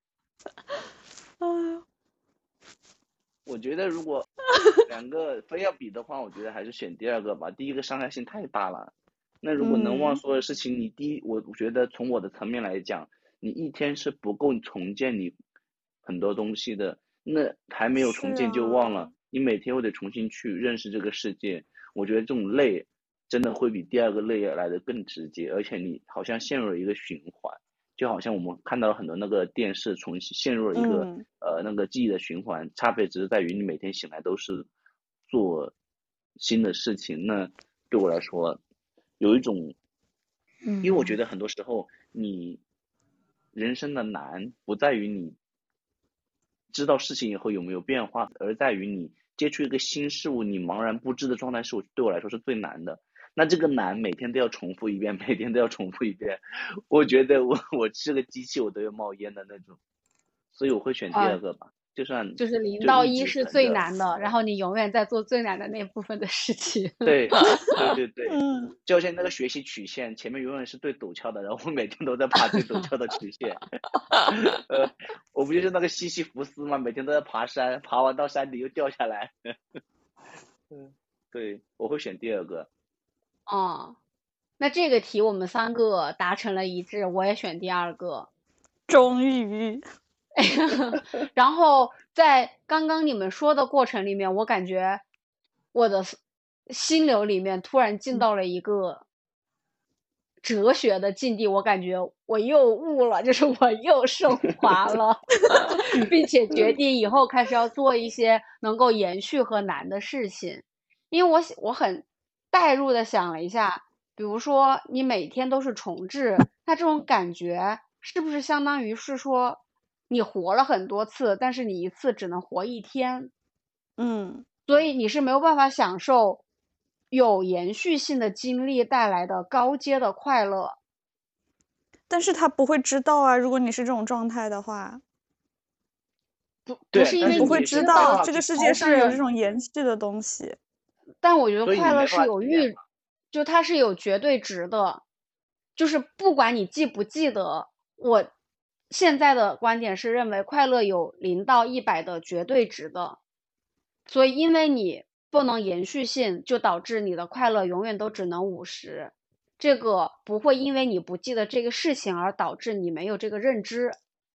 啊， 我觉得如果两个非要比的话，我觉得还是选第二个吧。第一个伤害性太大了。那如果能忘所有事情，你第一，我觉得从我的层面来讲，你一天是不够重建你很多东西的。那还没有重建就忘了，啊、你每天会得重新去认识这个世界。我觉得这种累真的会比第二个累来的更直接，而且你好像陷入了一个循环，就好像我们看到了很多那个电视重新陷入了一个、嗯、呃那个记忆的循环，差别只是在于你每天醒来都是做新的事情。那对我来说有一种，因为我觉得很多时候你人生的难不在于你知道事情以后有没有变化，而在于你接触一个新事物你茫然不知的状态，是我对我来说是最难的。那这个难每天都要重复一遍，每天都要重复一遍，我觉得我我是个机器我都要冒烟的那种，所以我会选第二个吧。啊、就算就是零到一是最难的，然后你永远在做最难的那部分的事情。 对对对对， 嗯， 就像那个学习曲线，前面永远是最陡峭的，然后我每天都在爬最陡峭的曲线。呃，我不就是那个西西弗斯吗？每天都在爬山，爬完到山底又掉下来。嗯，对，我会选第二个。 哦，那这个题我们三个达成了一致，我也选第二个。 终于。 然后在刚刚你们说的过程里面，我感觉我的心流里面突然进到了一个哲学的境地，我感觉我又悟了，就是我又升华了，并且决定以后开始要做一些能够延续和难的事情。因为我我很代入的想了一下，比如说你每天都是重置，那这种感觉是不是相当于是说你活了很多次，但是你一次只能活一天？ 嗯， 所以你是没有办法享受有延续性的经历带来的高阶的快乐。 但是他不会知道啊，如果你是这种状态的话， 不不是因为你不会知道这个世界上有这种延续的东西。 但我觉得快乐是有阈，就它是有绝对值的，就是不管你记不记得，我现在的观点是认为快乐有零到一百的绝对值的，所以因为你不能延续性，就导致你的快乐永远都只能五十。这个不会因为你不记得这个事情而导致你没有这个认知。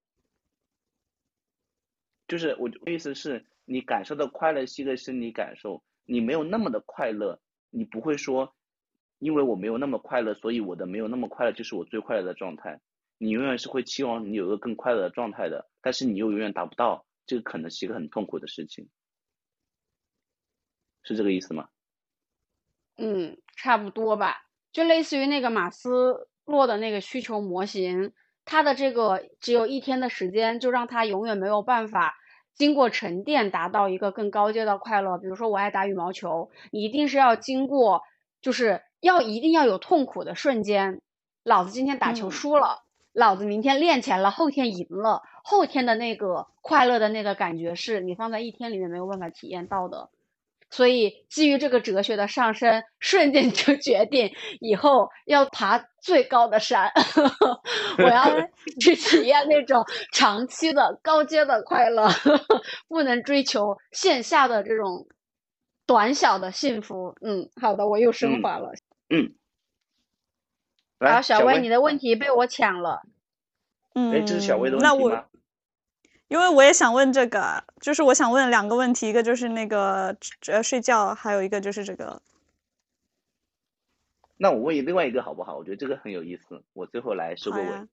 就是我的意思是，你感受的快乐是一个生理感受，你没有那么的快乐，你不会说因为我没有那么快乐，所以我的没有那么快乐就是我最快乐的状态。你永远是会期望你有一个更快乐的状态的，但是你又永远达不到，这个可能是一个很痛苦的事情。是这个意思吗？ 嗯，差不多吧，就类似于那个马斯洛的那个需求模型，他的这个只有一天的时间，就让他永远没有办法经过沉淀达到一个更高阶的快乐。比如说我爱打羽毛球，你一定是要经过，就是要一定要有痛苦的瞬间，老子今天打球输了、嗯、老子明天练起来了，后天赢了，后天的那个快乐的那个感觉是你放在一天里面没有办法体验到的。所以基于这个哲学的上升，瞬间就决定以后要爬最高的山我要去体验那种长期的高阶的快乐不能追求线下的这种短小的幸福。嗯，好的，我又升华了。 嗯， 然后小薇，你的问题被我抢了。 嗯， 哎，这是小薇的问题吗？ 因为我也想问这个，就是我想问两个问题，一个就是那个呃睡觉，还有一个就是这个。 那我问你另外一个好不好？我觉得这个很有意思，我最后来收个尾。 啊、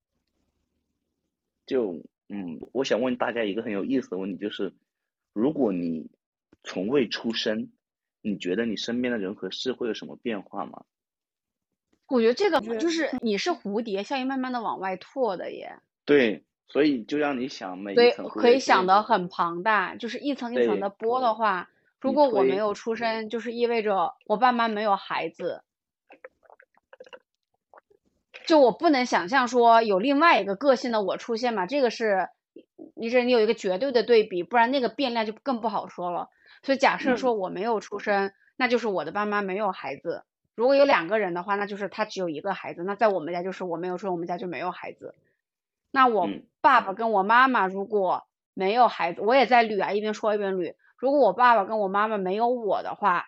就嗯，我想问大家一个很有意思的问题，就是如果你从未出生，你觉得你身边的人和事会有什么变化吗？ 我觉得这个就是你是蝴蝶效应慢慢的往外拓的耶。 对。所以就让你想每一层， 所以可以想得很庞大，就是一层一层的剥的话， 你如果我没推有出生，就是意味着我爸妈没有孩子，就我不能想象说有另外一个个性的我出现嘛，这个是你这你有一个绝对的对比，不然那个变量就更不好说了。所以假设说我没有出生，那就是我的爸妈没有孩子。如果有两个人的话，那就是他只有一个孩子。那在我们家就是我没有出生，我们家就没有孩子。那我嗯爸爸跟我妈妈如果没有孩子，我也在捋啊，一边说一边捋。如果我爸爸跟我妈妈没有我的话，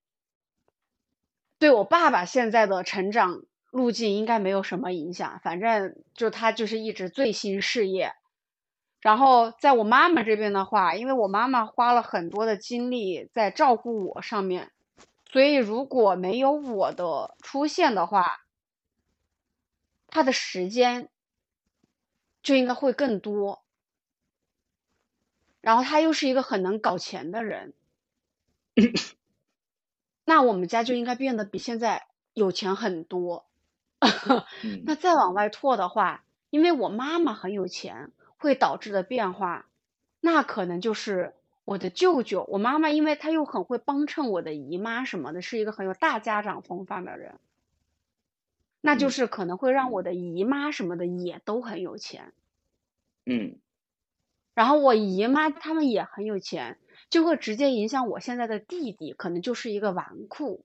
对我爸爸现在的成长路径应该没有什么影响，反正就他就是一直醉心事业。然后在我妈妈这边的话，因为我妈妈花了很多的精力在照顾我上面，所以如果没有我的出现的话，她的时间就应该会更多。然后她又是一个很能搞钱的人，那我们家就应该变得比现在有钱很多。那再往外拓的话，因为我妈妈很有钱，会导致的变化，那可能就是我的舅舅。我妈妈因为她又很会帮衬我的姨妈什么的，是一个很有大家长风范的人，那就是可能会让我的姨妈什么的也都很有钱。 嗯， 然后我姨妈他们也很有钱，就会直接影响我现在的弟弟，可能就是一个纨绔。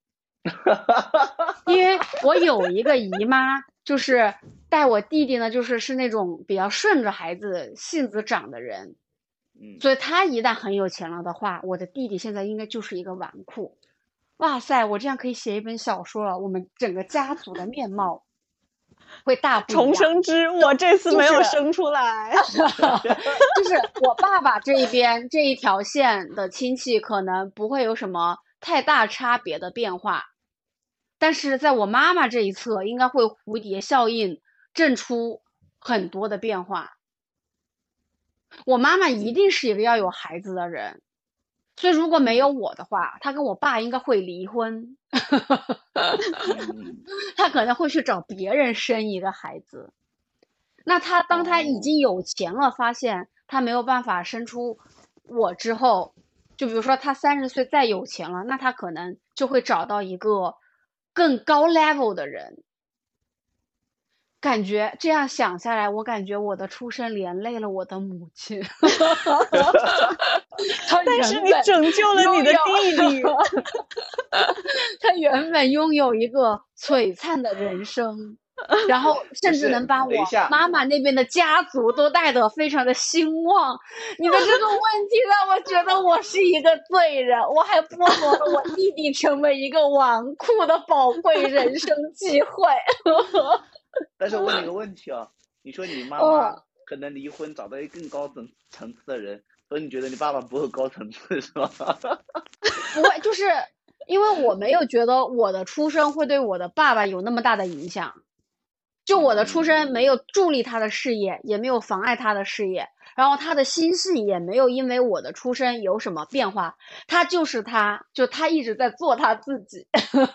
因为我有一个姨妈，就是带我弟弟呢，就是是那种比较顺着孩子性子长的人， 嗯， 所以他一旦很有钱了的话，我的弟弟现在应该就是一个纨绔。哇塞，我这样可以写一本小说了，我们整个家族的面貌会大不一样。 重生之我这次没有生出来， 就是我爸爸这一边这一条线的亲戚可能不会有什么太大差别的变化。但是在我妈妈这一侧，应该会蝴蝶效应震出很多的变化。我妈妈一定是一个要有孩子的人，所以如果没有我的话，她跟我爸应该会离婚。她可能会去找别人生一个孩子。那他当他已经有钱了，发现他没有办法生出我之后，就比如说他三十岁再有钱了，那他可能就会找到一个更高 level 的人。感觉这样想下来，我感觉我的出生连累了我的母亲。 但是你拯救了你的弟弟。 他原本拥有一个璀璨的人生，然后甚至能把我妈妈那边的家族都带得非常的兴旺。你的这个问题让我觉得我是一个罪人，我还剥夺了我弟弟成为一个纨绔的宝贵人生机会。 但是我问你个问题啊，你说你妈妈可能离婚找到一个更高层层次的人，所以你觉得你爸爸不够高层次是吧？ 不会，就是因为我没有觉得我的出生会对我的爸爸有那么大的影响。就我的出生没有助力他的事业，也没有妨碍他的事业，然后他的心性也没有因为我的出生有什么变化，他就是他，就他一直在做他自己。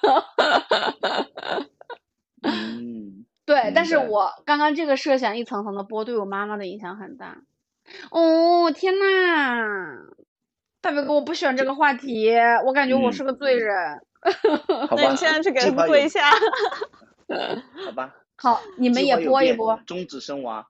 嗯， 对，但是我刚刚这个设想一层层的剥，对我妈妈的影响很大。哦，天呐，大伟哥，我不喜欢这个话题，我感觉我是个罪人。 嗯、 那你现在去给他跪下。 好吧。 好，你们也播一播。 终止生娃。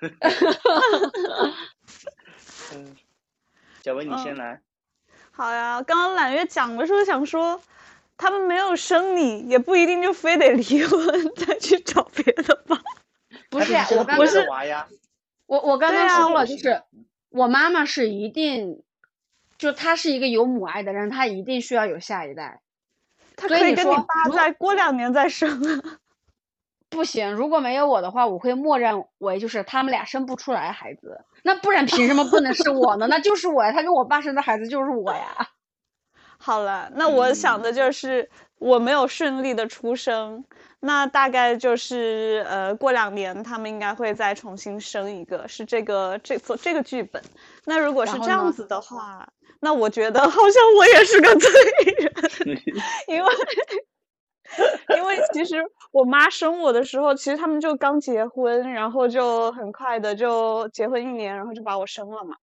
嗯，小薇你先来、嗯。 好呀，刚刚揽月讲的时候想说，他们没有生你，也不一定就非得离婚再去找别的吧。 不是，我刚刚是我我刚刚说了，就是、啊、我妈妈是一定，就她是一个有母爱的人，她一定需要有下一代。 她可以跟你爸再过两年再生啊。 不行，如果没有我的话，我会默认为就是他们俩生不出来孩子，那不然凭什么不能是我呢？那就是我呀，他跟我爸生的孩子就是我呀。 好了，那我想的就是我没有顺利的出生，那大概就是呃过两年他们应该会再重新生一个，是这个这这个剧本。那如果是这样子的话，那我觉得好像我也是个罪人，因为。因为其实我妈生我的时候，其实他们就刚结婚，然后就很快的就结婚一年，然后就把我生了嘛。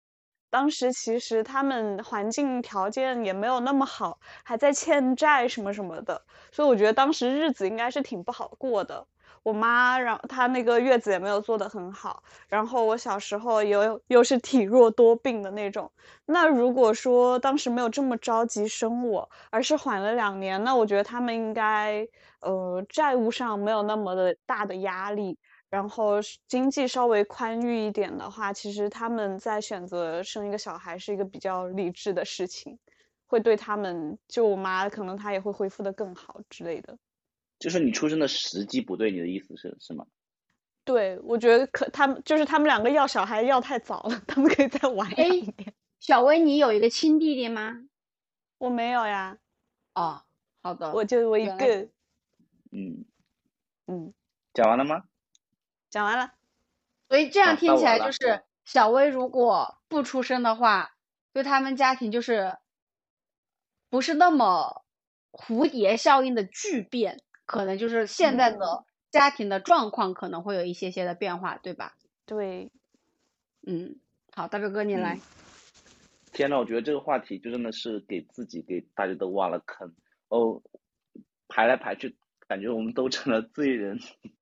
当时其实他们环境条件也没有那么好，还在欠债什么什么的，所以我觉得当时日子应该是挺不好过的。我妈让她那个月子也没有做得很好，然后我小时候又又是体弱多病的那种。那如果说当时没有这么着急生我，而是缓了两年，那我觉得他们应该呃债务上没有那么的大的压力。然后经济稍微宽裕一点的话，其实他们在选择生一个小孩是一个比较理智的事情，会对他们，就我妈可能她也会恢复的更好之类的。 就是你出生的时机不对，你的意思是是吗？ 对，我觉得可他们就是他们两个要小孩要太早了，他们可以再晚两年。 小薇，你有一个亲弟弟吗？ 我没有呀。 哦，好的， 我就我一原来个。 嗯嗯， 讲完了吗？ 讲完了。 所以这样好听起到我了来就是小薇如果不出生的话，对他们家庭就是不是那么蝴蝶效应的巨变，可能就是现在的家庭的状况可能会有一些些的变化，对吧？ 对。 嗯，好，大表哥你来。 嗯天呐，我觉得这个话题就真的是给自己给大家都挖了坑哦，排来排去，感觉我们都成了罪人。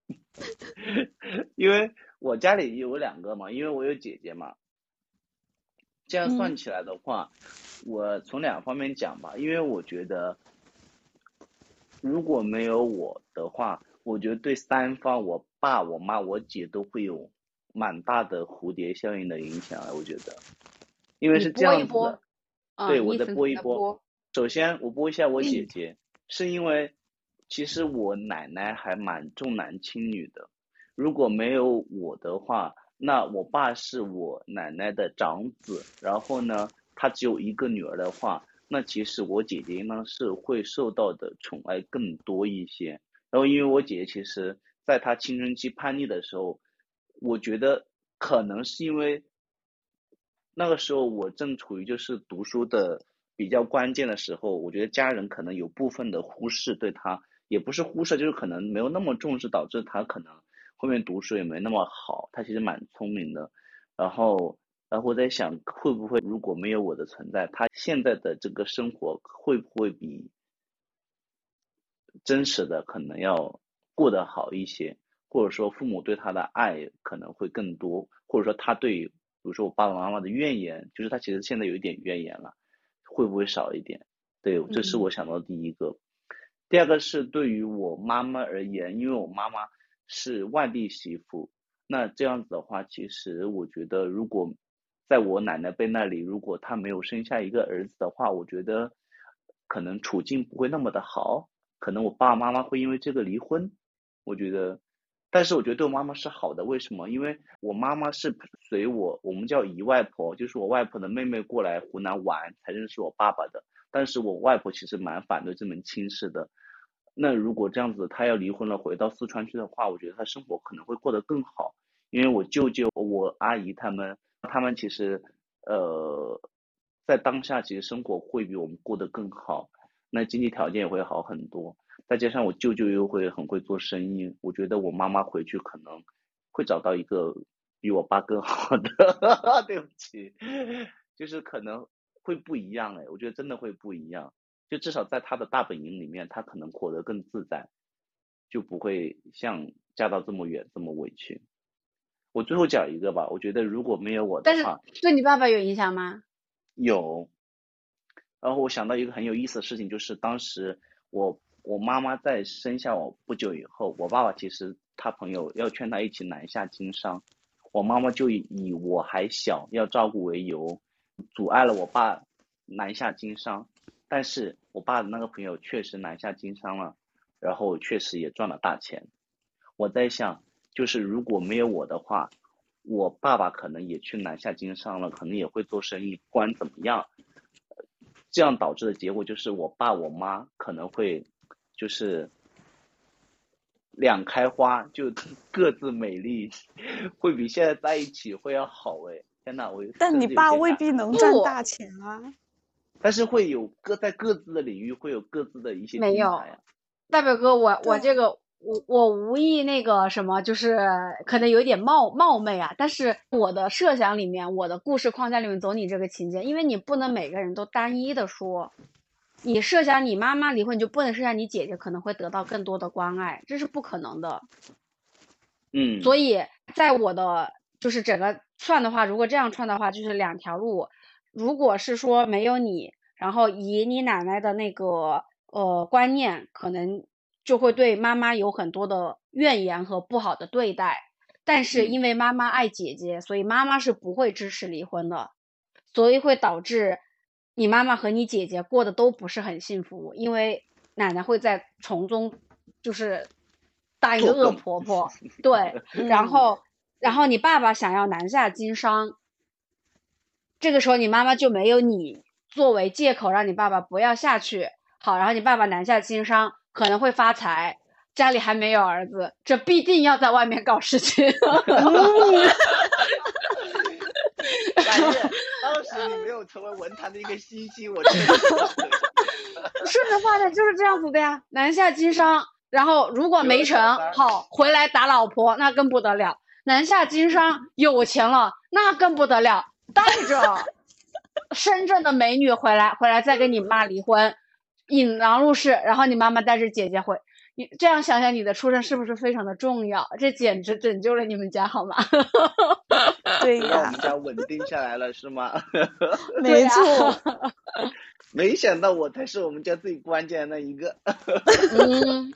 因为我家里有两个嘛，因为我有姐姐嘛，这样算起来的话，嗯、我从两方面讲吧，因为我觉得如果没有我的话，我觉得对三方，我爸、我妈、我姐都会有蛮大的蝴蝶效应的影响，我觉得。因为是这样子的， 嗯、 对，我再播一波。首先，我播一下我姐姐，嗯、是因为其实我奶奶还蛮重男轻女的。如果没有我的话，那我爸是我奶奶的长子，然后呢，他只有一个女儿的话，那其实我姐姐呢是会受到的宠爱更多一些。然后，因为我姐姐其实在她青春期叛逆的时候，我觉得可能是因为。那个时候我正处于就是读书的比较关键的时候，我觉得家人可能有部分的忽视对他，也不是忽视，就是可能没有那么重视，导致他可能后面读书也没那么好。他其实蛮聪明的，然后，然后我在想，会不会如果没有我的存在，他现在的这个生活会不会比真实的可能要过得好一些，或者说父母对他的爱可能会更多，或者说他对。比如说我爸爸妈妈的怨言，就是他其实现在有一点怨言了，会不会少一点？对，这是我想到的第一个。嗯、第二个是对于我妈妈而言，因为我妈妈是外地媳妇，那这样子的话，其实我觉得如果在我奶奶辈那里，如果她没有生下一个儿子的话，我觉得可能处境不会那么的好，可能我爸爸妈妈会因为这个离婚，我觉得。但是我觉得对我妈妈是好的，为什么？因为我妈妈是随我，我们叫姨外婆，就是我外婆的妹妹过来湖南玩，才认识我爸爸的。但是我外婆其实蛮反对这门亲事的。那如果这样子，她要离婚了，回到四川去的话，我觉得她生活可能会过得更好。因为我舅舅、我阿姨他们，他们其实呃，在当下其实生活会比我们过得更好，那经济条件也会好很多。再加上我舅舅又会很会做生意，我觉得我妈妈回去可能会找到一个比我爸更好的，对不起，就是可能会不一样哎，我觉得真的会不一样，就至少在他的大本营里面，他可能活得更自在，就不会像嫁到这么远这么委屈。我最后讲一个吧，我觉得如果没有我的话， 但是对你爸爸有影响吗？ 有。然后我想到一个很有意思的事情，就是当时我。我妈妈在生下我不久以后，我爸爸其实他朋友要劝他一起南下经商，我妈妈就以我还小要照顾为由，阻碍了我爸南下经商。但是我爸的那个朋友确实南下经商了，然后确实也赚了大钱。我在想，就是如果没有我的话，我爸爸可能也去南下经商了，可能也会做生意，不管怎么样，这样导致的结果就是我爸我妈可能会。就是两开花，就各自美丽，会比现在在一起会要好哎！天哪，我但你爸未必能赚大钱啊。 但是会有各在各自的领域会有各自的一些精彩啊。 大表哥，我我这个我我无意那个什么，就是可能有点冒冒昧啊，但是我的设想里面，我的故事框架里面走你这个情节，因为你不能每个人都单一的说，你设想你妈妈离婚，你就不能设想你姐姐可能会得到更多的关爱，这是不可能的。 嗯， 所以在我的就是整个串的话，如果这样串的话，就是两条路。如果是说没有你，然后以你奶奶的那个呃观念，可能就会对妈妈有很多的怨言和不好的对待。但是因为妈妈爱姐姐，所以妈妈是不会支持离婚的，所以会导致你妈妈和你姐姐过得都不是很幸福，因为奶奶会在从中就是当一个恶婆婆，对，然后然后你爸爸想要南下经商，这个时候你妈妈就没有你作为借口让你爸爸不要下去，好，然后你爸爸南下经商可能会发财，家里还没有儿子，这必定要在外面搞事情。 感觉当时你没有成为文坛的一个新星，我真的顺着发展就是这样子的呀，南下经商，然后如果没成，好回来打老婆，那更不得了。南下经商有钱了，那更不得了，带着深圳的美女回来，回来再跟你妈离婚，引狼入室，然后你妈妈带着姐姐回。你这样想想，你的出生是不是非常的重要？这简直拯救了你们家，好吗？ 对呀， 让我们家稳定下来了，是吗？ 没错。 没想到我才是我们家最关键的那一个。 嗯，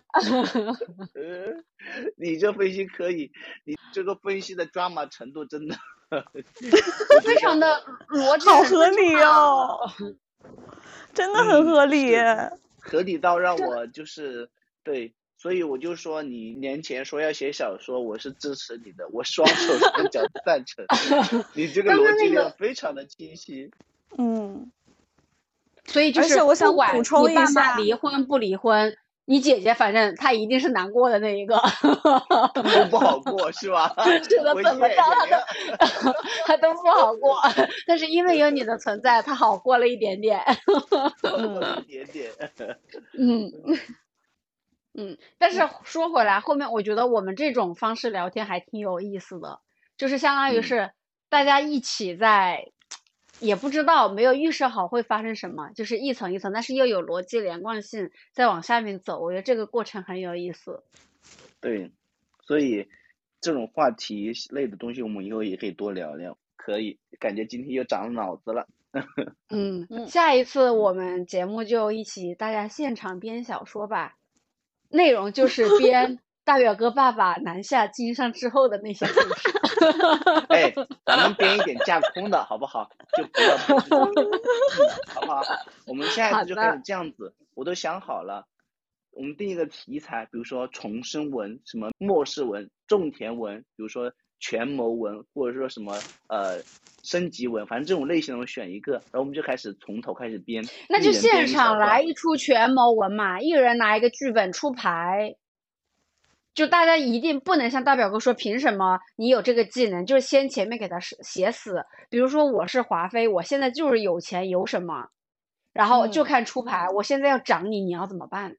你这分析可以，你这个分析的抓马程度真的非常的逻辑， 好合理哦，真的很合理耶， 嗯、合理到让我就是对。所以我就说，你年前说要写小说，我是支持你的，我双手双脚赞成。你这个逻辑链非常的清晰。 嗯， 所以就是我想补充一下， 你爸妈离婚不离婚，你姐姐反正她一定是难过的那一个。 都不好过是吧？ 是的，怎么着她她都不好过，但是因为有你的存在，她好过了一点点。 嗯，一点点。 嗯。嗯，但是说回来，后面我觉得我们这种方式聊天还挺有意思的，就是相当于是大家一起在，嗯、也不知道没有预设好会发生什么，就是一层一层，但是又有逻辑连贯性，再往下面走，我觉得这个过程很有意思。 对，所以这种话题类的东西，我们以后也可以多聊聊，可以，感觉今天又长了脑子了。 嗯，下一次我们节目就一起大家现场编小说吧。内容就是编大表哥爸爸南下经商之后的那些故事。 哎，咱们编一点架空的好不好？就不要编这种好不好？我们下一次就开始这样子，我都想好了。我们定一个题材，比如说重生文、什么末世文、种田文，比如说权谋文，或者说什么呃升级文，反正这种类型我们选一个，然后我们就开始从头开始编。 那就现场来一出权谋文嘛，一人拿一个剧本出牌，就大家一定不能像大表哥说凭什么你有这个技能，就是先前面给他写死。比如说我是华妃，我现在就是有钱有什么，然后就看出牌，嗯、我现在要涨你，你要怎么办？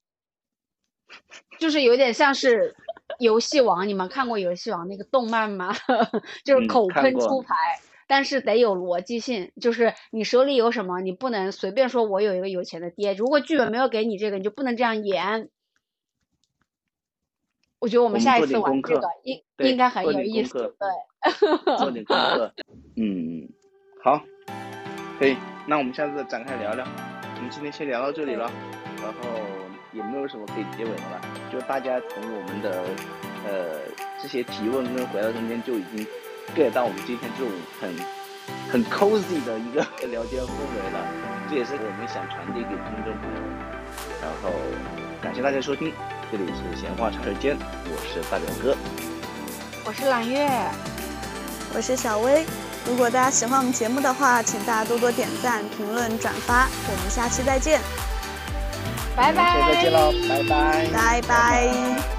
就是有点像是游戏王，你们看过游戏王那个动漫吗？就是口喷出牌，嗯、但是得有逻辑性，就是你手里有什么，你不能随便说我有一个有钱的爹，如果剧本没有给你这个，你就不能这样演。我觉得我们下一次玩这个应应该很有意思，对。 做点功课，嗯，好，可以，那我们下次展开聊聊。我们今天先聊到这里了，然后也没有什么可以结尾的了，就大家从我们的呃这些提问跟回答中间就已经 get 到我们今天这种很很 cozy 的一个聊天氛围了，这也是我们想传递给听众朋友。然后感谢大家收听，这里是闲话茶水间，我是大表哥， 我是蓝月， 我是小薇。如果大家喜欢我们节目的话，请大家多多点赞、评论、转发。我们下期再见， 拜拜， 下期再见喽，拜拜， 拜拜。